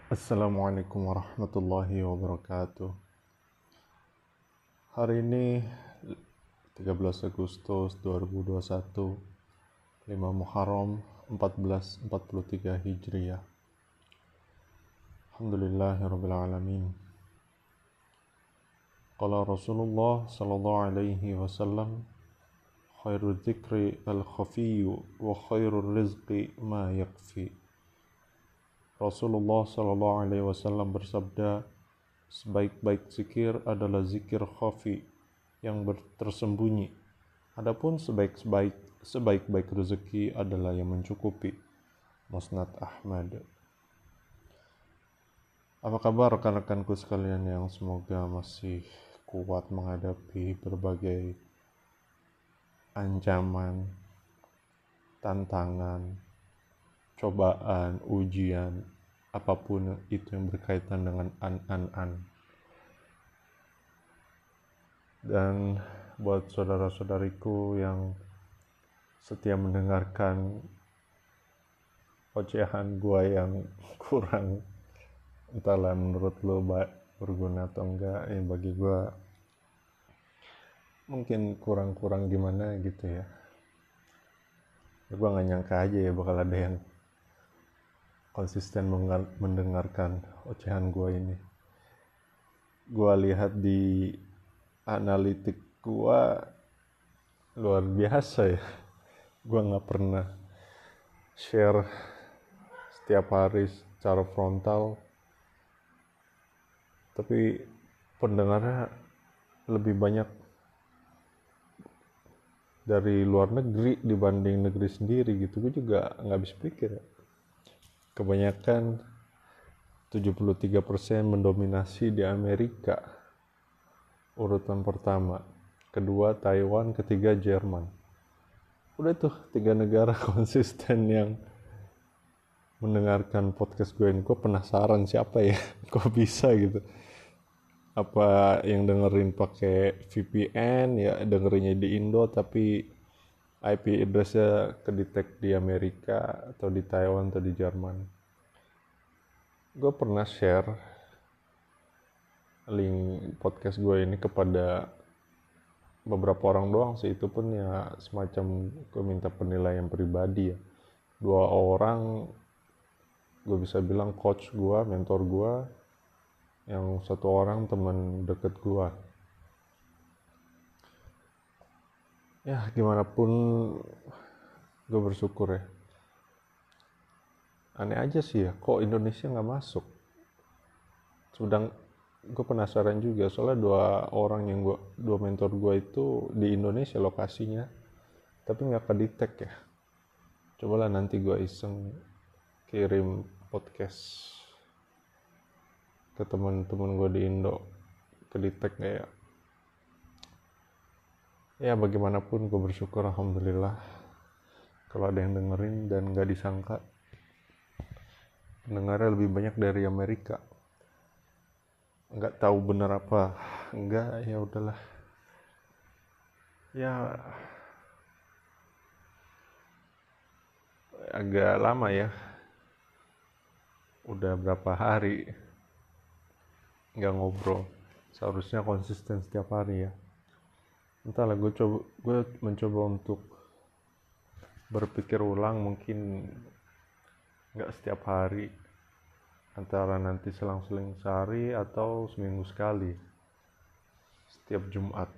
Assalamualaikum warahmatullahi wabarakatuh. Hari ini 13 Agustus 2021, 5 Muharram 1443 Hijriah. Alhamdulillahirabbil alamin. Qala Rasulullah sallallahu alaihi wasallam, khairul dzikri al-khafiyyu wa khairul rizqi ma yakfi. Rasulullah sallallahu alaihi wasallam bersabda, sebaik-baik zikir adalah zikir khafi yang tersembunyi. Adapun sebaik-baik rezeki adalah yang mencukupi. Musnad Ahmad. Apa kabar rekan-rekanku sekalian yang semoga masih kuat menghadapi berbagai ancaman, tantangan, cobaan, ujian, apapun itu yang berkaitan dengan an. Dan buat saudara-saudariku yang setia mendengarkan ocehan gua yang kurang, entahlah menurut lo berguna atau enggak, ya bagi gua mungkin kurang gimana gitu ya. Gua gak nyangka aja ya bakal ada yang konsisten mendengarkan ocehan gua ini. Gua lihat di analitik gua luar biasa ya. Gua gak pernah share setiap hari secara frontal, tapi pendengarnya lebih banyak dari luar negeri dibanding negeri sendiri gitu. Gue juga gak habis pikir ya. Kebanyakan 73% mendominasi di Amerika, urutan pertama, kedua Taiwan, ketiga Jerman. Udah tuh 3 negara konsisten yang mendengarkan podcast gue ini. Gue penasaran siapa ya kok bisa gitu. Apa yang dengerin pakai VPN ya, dengerinnya di Indo tapi IP address-nya kedetek di Amerika atau di Taiwan atau di Jerman. Gue pernah share link podcast gue ini kepada beberapa orang doang sih, itu pun ya semacam gue minta penilaian pribadi ya. 2 orang gue bisa bilang coach gue, mentor gue, yang 1 orang teman deket gue. Ya gimana pun gue bersyukur ya. Aneh aja sih ya, kok Indonesia gak masuk. Sedang gue penasaran juga, soalnya 2 mentor gue itu di Indonesia lokasinya, tapi gak kedetek ya. Cobalah nanti gue iseng kirim podcast ke teman-teman gue di Indo, kedetek gak ya. Ya bagaimanapun gue bersyukur, alhamdulillah kalau ada yang dengerin, dan gak disangka pendengarnya lebih banyak dari Amerika. Nggak tahu benar apa enggak, ya udahlah ya. Agak lama ya, udah berapa hari nggak ngobrol. Seharusnya konsisten setiap hari ya. Entahlah, gue mencoba untuk berpikir ulang, mungkin nggak setiap hari, antara nanti selang-seling sehari atau seminggu sekali, setiap Jumat.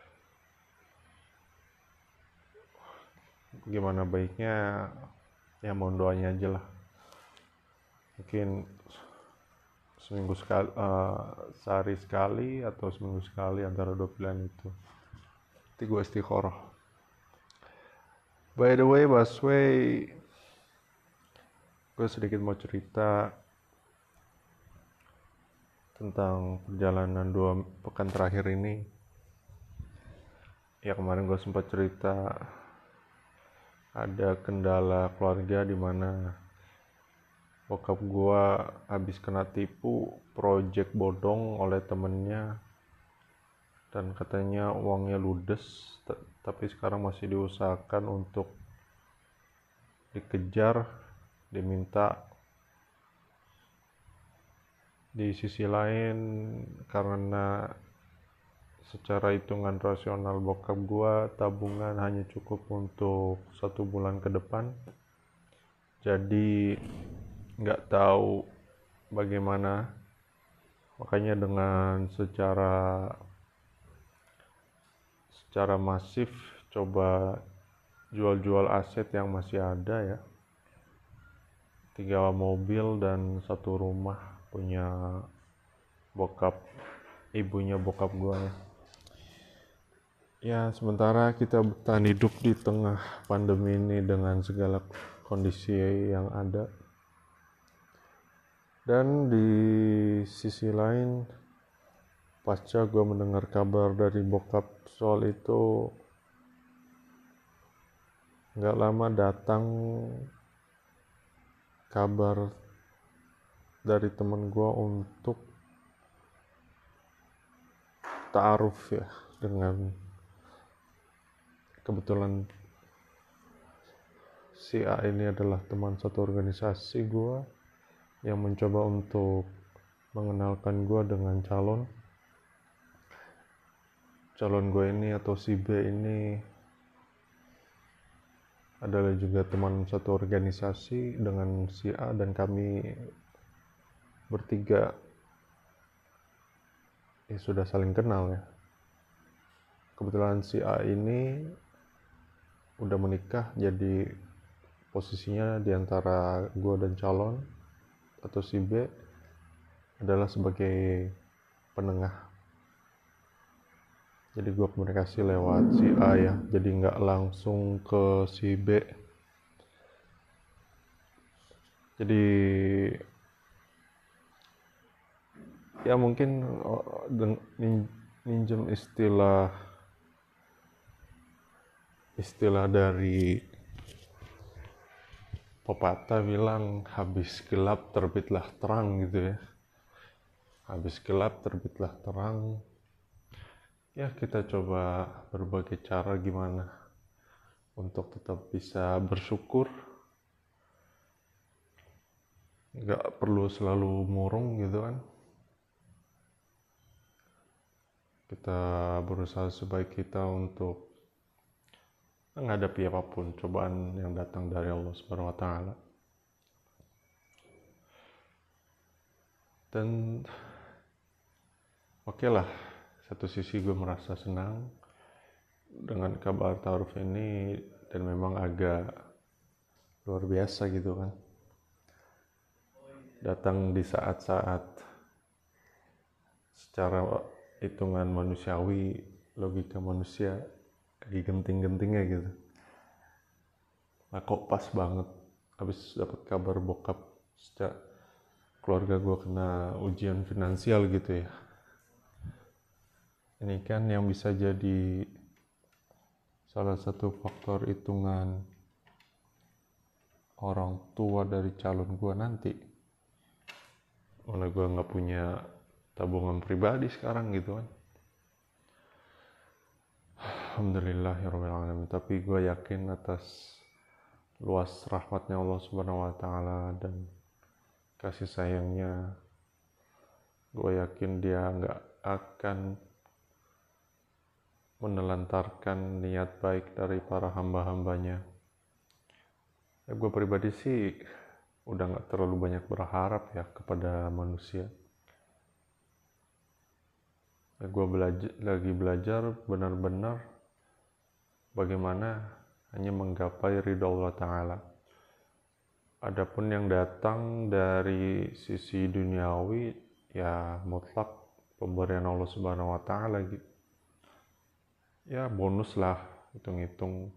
Gimana baiknya ya, mohon doanya aja lah. Mungkin seminggu sekali, sehari sekali atau seminggu sekali, antara 2 pilihan itu. Nanti gue istikharah. By the way, Baswe, gue sedikit mau cerita tentang perjalanan 2 pekan terakhir ini. Ya kemarin gue sempat cerita ada kendala keluarga di mana bokap gue habis kena tipu project bodong oleh temennya, dan katanya uangnya ludes, tapi sekarang masih diusahakan untuk dikejar, diminta Di sisi lain, karena secara hitungan rasional bokap gua tabungan hanya cukup untuk 1 bulan ke depan, jadi nggak tahu bagaimana. Makanya dengan secara masif coba jual-jual aset yang masih ada ya, 3 mobil dan 1 rumah punya bokap, ibunya bokap gua ya. Ya, sementara kita bertahan hidup di tengah pandemi ini dengan segala kondisi yang ada. Dan di sisi lain, pasca gue mendengar kabar dari bokap soal itu, gak lama datang kabar dari temen gue untuk ta'aruf ya, dengan kebetulan si A ini adalah teman satu organisasi gue yang mencoba untuk mengenalkan gue dengan calon gue ini, atau si B ini adalah juga teman satu organisasi dengan si A, dan kami bertiga ya sudah saling kenal ya. Kebetulan si A ini udah menikah, jadi posisinya diantara gue dan calon, atau si B adalah sebagai penengah. Jadi gue komunikasi lewat si A ya, jadi nggak langsung ke si B. Jadi ya mungkin minjem istilah dari pepatah bilang, habis gelap terbitlah terang gitu ya. Habis gelap terbitlah terang. Ya, kita coba berbagai cara gimana untuk tetap bisa bersyukur, nggak perlu selalu murung gitu kan. Kita berusaha sebaik kita untuk menghadapi apapun cobaan yang datang dari Allah Subhanahu wa Ta'ala. Dan oke lah, satu sisi gue merasa senang dengan kabar ta'aruf ini, dan memang agak luar biasa gitu kan, datang di saat-saat secara hitungan manusiawi, logika manusia lagi genting-gentingnya gitu. Nah, kok pas banget habis dapat kabar bokap sejak keluarga gue kena ujian finansial gitu ya. Ini kan yang bisa jadi salah satu faktor hitungan orang tua dari calon gue nanti. Mana gue nggak punya tabungan pribadi sekarang gitu kan. Alhamdulillahirrahmanirrahim. Tapi gue yakin atas luas rahmatnya Allah Subhanahu wa Ta'ala dan kasih sayangnya, gue yakin dia nggak akan menelantarkan niat baik dari para hamba-hambanya. Ya, gue pribadi sih udah nggak terlalu banyak berharap ya kepada manusia. Ya, gue lagi belajar benar-benar bagaimana hanya menggapai ridho Allah Ta'ala. Adapun yang datang dari sisi duniawi ya mutlak pemberian Allah Subhanahu wa Ta'ala gitu. Ya bonus lah, hitung-hitung.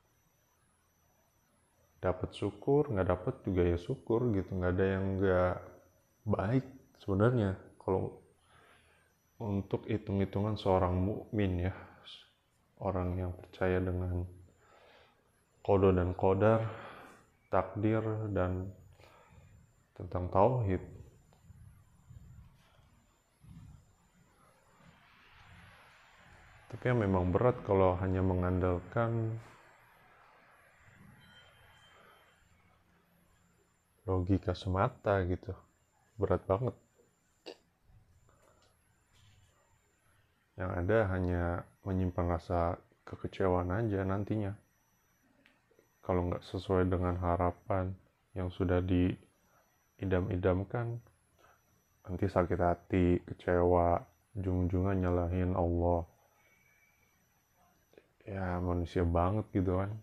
Dapat syukur, nggak dapat juga ya syukur gitu. Nggak ada yang nggak baik sebenarnya kalau untuk hitung-hitungan seorang mukmin ya, orang yang percaya dengan qada dan qadar, takdir, dan tentang tauhid. Tapi yang memang berat kalau hanya mengandalkan logika semata gitu, berat banget. Yang ada hanya menyimpan rasa kekecewaan aja nantinya kalau nggak sesuai dengan harapan yang sudah diidam-idamkan. Nanti sakit hati, kecewa, ujung-ujungnya nyalahin Allah. Ya manusia banget gitu kan,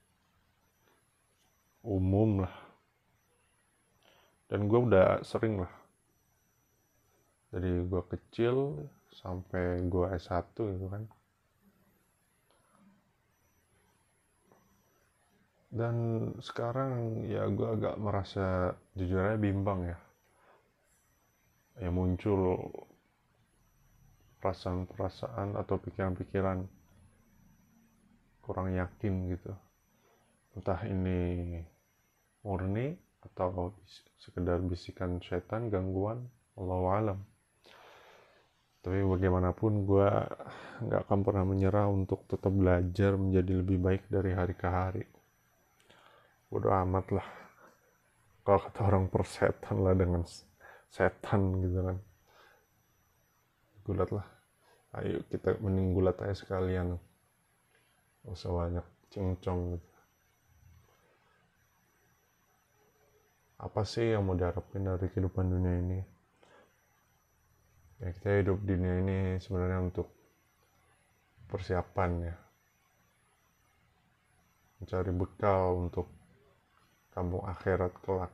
umum lah. Dan gue udah sering lah, dari gue kecil sampai gue S1 gitu kan. Dan sekarang ya gue agak merasa jujur aja bimbang ya. Ya muncul perasaan-perasaan atau pikiran-pikiran kurang yakin gitu. Entah ini murni atau sekedar bisikan setan, gangguan, Allahu alam. Tapi bagaimanapun gue gak akan pernah menyerah untuk tetap belajar menjadi lebih baik dari hari ke hari. Bodo amat lah kalau kata orang persetan lah dengan setan gitu kan. Gulat lah, ayo kita mending gulat aja sekalian, gak usah banyak cincong gitu. Apa sih yang mau diharapin dari kehidupan dunia ini? Ya kita hidup di dunia ini sebenarnya untuk persiapan ya, mencari bekal untuk kampung akhirat kelak.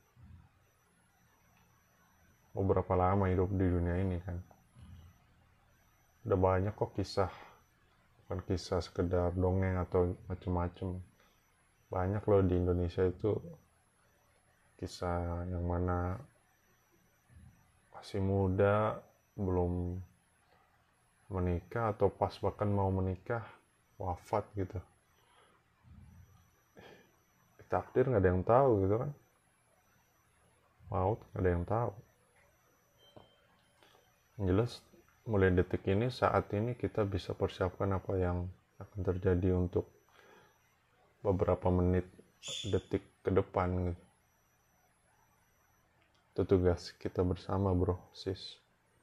Mau berapa lama hidup di dunia ini kan? Udah banyak kok kisah, bukan kisah sekedar dongeng atau macem-macem. Banyak loh di Indonesia itu kisah yang mana masih muda, belum menikah atau pas bahkan mau menikah wafat gitu. Takdir nggak ada yang tahu gitu kan, maut nggak ada yang tahu. Yang jelas mulai detik ini, saat ini kita bisa persiapkan apa yang akan terjadi untuk beberapa menit, detik ke depan gitu. Itu tugas kita bersama bro, sis.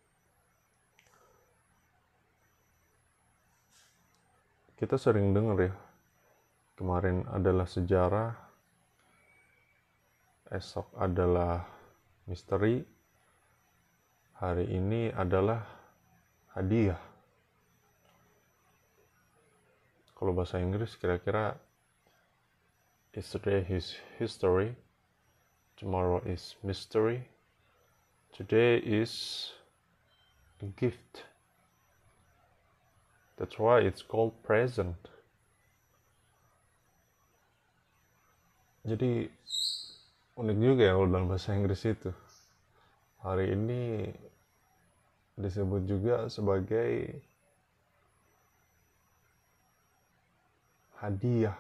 Kita sering dengar ya, kemarin adalah sejarah, esok adalah misteri, hari ini adalah hadiah. Kalau bahasa Inggris kira-kira yesterday is history, tomorrow is mystery, today is a gift. That's why it's called present. Jadi unik juga ya kalau dalam bahasa Inggris itu. Hari ini disebut juga sebagai hadiah.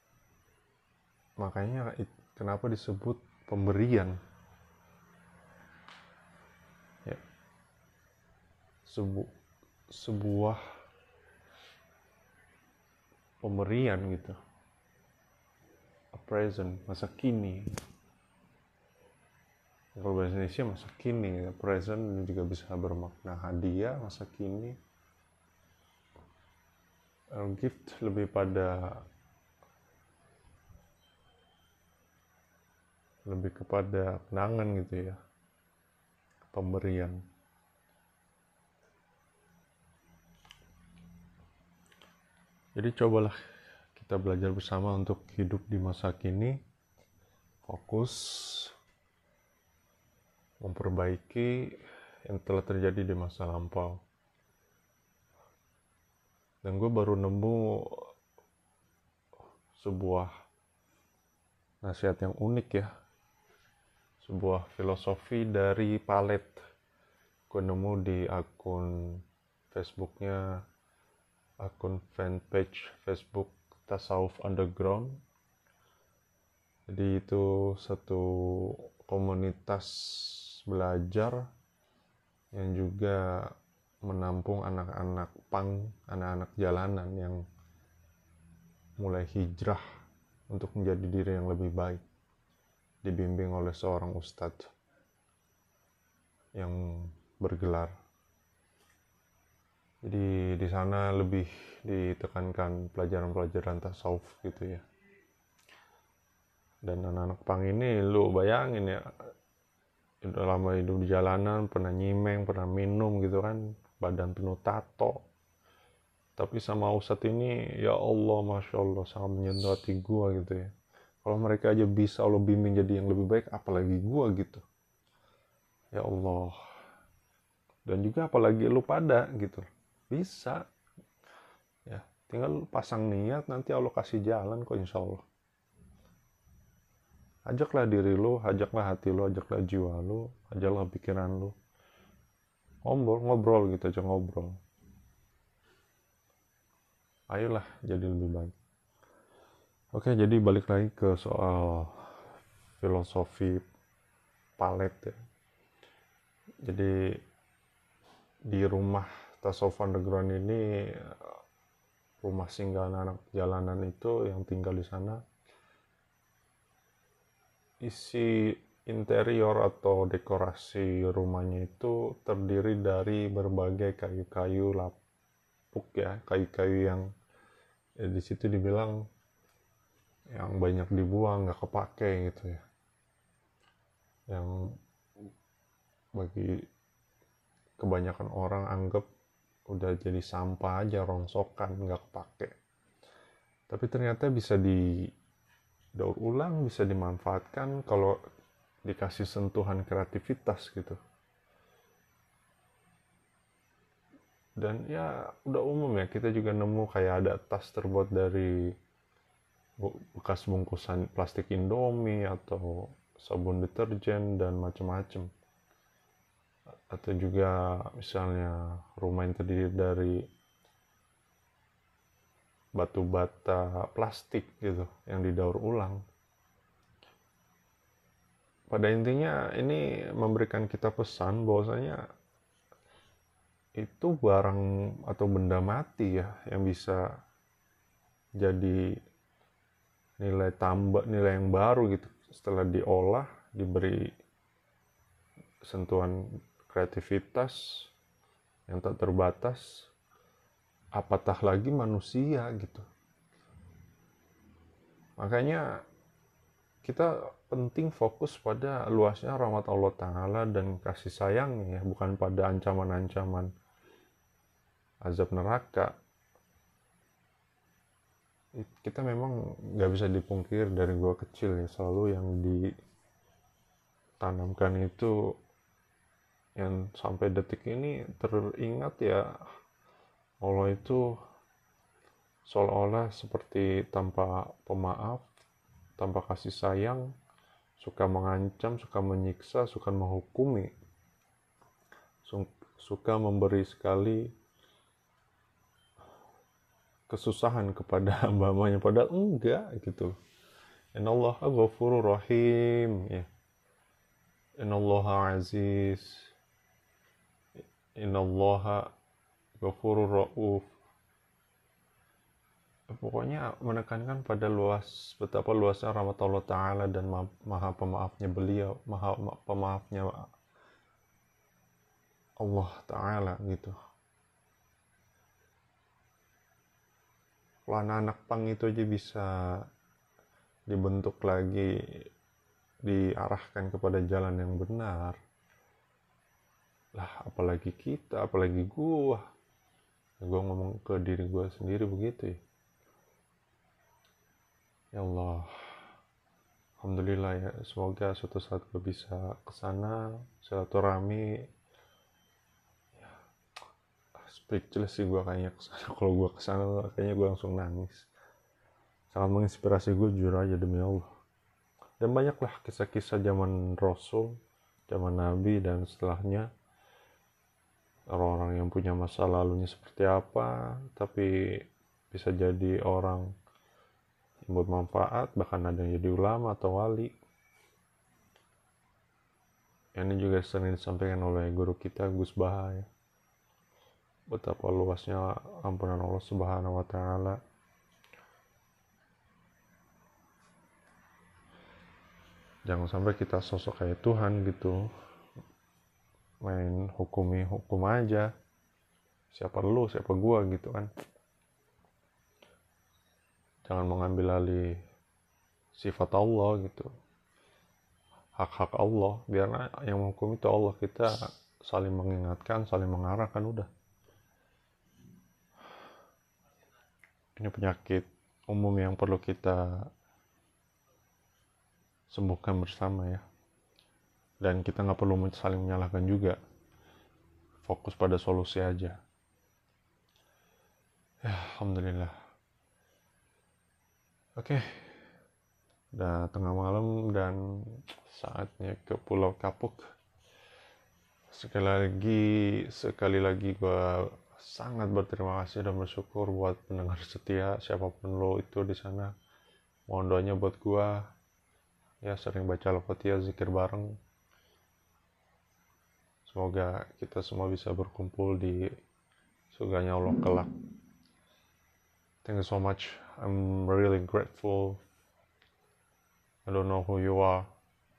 Makanya kenapa disebut pemberian. Ya. Sebuah pemberian gitu. A present, masa kini. Kalau bahasa Indonesia masa kini, present juga bisa bermakna hadiah, masa kini. Gift lebih kepada kenangan gitu ya, pemberian. Jadi cobalah kita belajar bersama untuk hidup di masa kini, fokus memperbaiki yang telah terjadi di masa lampau. Dan gue baru nemu sebuah nasihat yang unik ya, sebuah filosofi dari Palet. Gue nemu di akun Facebooknya, akun fanpage Facebook Tasawuf Underground. Jadi itu satu komunitas belajar yang juga menampung anak-anak punk, anak-anak jalanan yang mulai hijrah untuk menjadi diri yang lebih baik, dibimbing oleh seorang ustadz yang bergelar. Jadi di sana lebih ditekankan pelajaran-pelajaran tasawuf gitu ya. Dan anak-anak pang ini lu bayangin ya, udah lama hidup di jalanan, pernah nyimeng, pernah minum gitu kan, badan penuh tato. Tapi sama Ustadz ini, ya Allah, Masya Allah, sangat menyentuh hati gua gitu ya. Kalau mereka aja bisa Allah bimbing jadi yang lebih baik, apalagi gua gitu. Ya Allah. Dan juga apalagi lu pada gitu. Bisa. Ya, tinggal pasang niat, nanti Allah kasih jalan kok insya Allah. Ajaklah diri lu, ajaklah hati lu, ajaklah jiwa lu, ajaklah pikiran lu. Ngobrol gitu aja, ngobrol. Ayolah jadi lebih baik. Oke, jadi balik lagi ke soal filosofi palet ya. Jadi di rumah tasawuf underground ini, rumah singgah anak jalanan itu yang tinggal di sana, isi interior atau dekorasi rumahnya itu terdiri dari berbagai kayu-kayu lapuk ya, kayu-kayu yang di situ dibilang yang banyak dibuang, nggak kepake gitu ya, yang bagi kebanyakan orang anggap udah jadi sampah aja, rongsokan, nggak kepake. Tapi ternyata bisa didaur ulang, bisa dimanfaatkan kalau dikasih sentuhan kreativitas gitu. Dan ya udah umum ya, kita juga nemu kayak ada tas terbuat dari bekas bungkusan plastik Indomie atau sabun deterjen dan macam-macam. Atau juga misalnya rumah yang terdiri dari batu bata plastik gitu yang didaur ulang. Pada intinya ini memberikan kita pesan bahwasanya itu barang atau benda mati ya yang bisa jadi nilai tambah, nilai yang baru gitu setelah diolah, diberi sentuhan kreativitas yang tak terbatas, apatah lagi manusia gitu. Makanya kita penting fokus pada luasnya rahmat Allah Ta'ala dan kasih sayangnya ya, bukan pada ancaman-ancaman azab neraka. Kita memang nggak bisa dipungkir dari gua kecil ya, selalu yang ditanamkan itu, yang sampai detik ini teringat ya, Allah itu seolah-olah seperti tanpa pemaaf, tanpa kasih sayang, suka mengancam, suka menyiksa, suka menghukumi, suka memberi sekali kesusahan kepada hamba-hambanya, padahal enggak gitu. Innallaha ghafurur rahim ya. Innallaha aziz. Innallaha ghafurur rauf. Pokoknya menekankan pada betapa luasnya rahmat Allah Ta'ala dan maha pemaafnya beliau, maha pemaafnya Allah Ta'ala gitu. Kalau anak-anak pang itu aja bisa dibentuk lagi, diarahkan kepada jalan yang benar, lah apalagi kita, apalagi gua ngomong ke diri gua sendiri begitu ya. Ya Allah, alhamdulillah ya, semoga suatu saat gue bisa kesana silaturahmi. Ya, speechless sih gue kayaknya kesana. Kalau gue kesana kayaknya gue langsung nangis. Sangat menginspirasi gue, jujur aja demi Allah. Dan banyaklah kisah-kisah zaman Rasul, zaman Nabi dan setelahnya, orang-orang yang punya masa lalunya seperti apa, tapi bisa jadi orang yang bermanfaat, bahkan ada yang jadi ulama atau wali. Ini juga sering disampaikan oleh guru kita Gus Baha ya, betapa luasnya ampunan Allah Subhanahu wa Ta'ala. Jangan sampai kita sosok kayak Tuhan gitu, main hukum aja, siapa lu, siapa gua gitu kan. Jangan mengambil alih sifat Allah gitu, hak-hak Allah. Biar yang menghukum itu Allah, kita saling mengingatkan, saling mengarahkan, udah. Ini penyakit umum yang perlu kita sembuhkan bersama ya. Dan kita nggak perlu saling menyalahkan juga, fokus pada solusi aja ya. Alhamdulillah. Oke, udah tengah malam dan saatnya ke Pulau Kapuk. Sekali lagi gue sangat berterima kasih dan bersyukur buat pendengar setia siapapun lo itu di sana. Mohon doanya buat gue ya, sering baca Al-Fatihah, zikir bareng. Semoga kita semua bisa berkumpul di surganya Allah kelak. Thank you so much. I'm really grateful. I don't know who you are.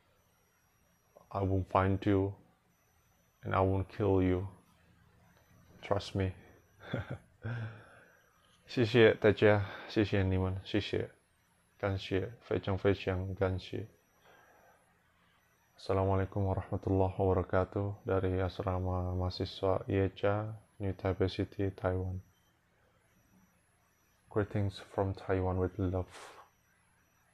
I won't find you and I won't kill you. Trust me. 谢谢大家，谢谢你们，谢谢，感谢，非常非常感谢。Assalamualaikum warahmatullahi wabarakatuh dari asrama mahasiswa IECA, New Taipei City, Taiwan. Greetings from Taiwan with love.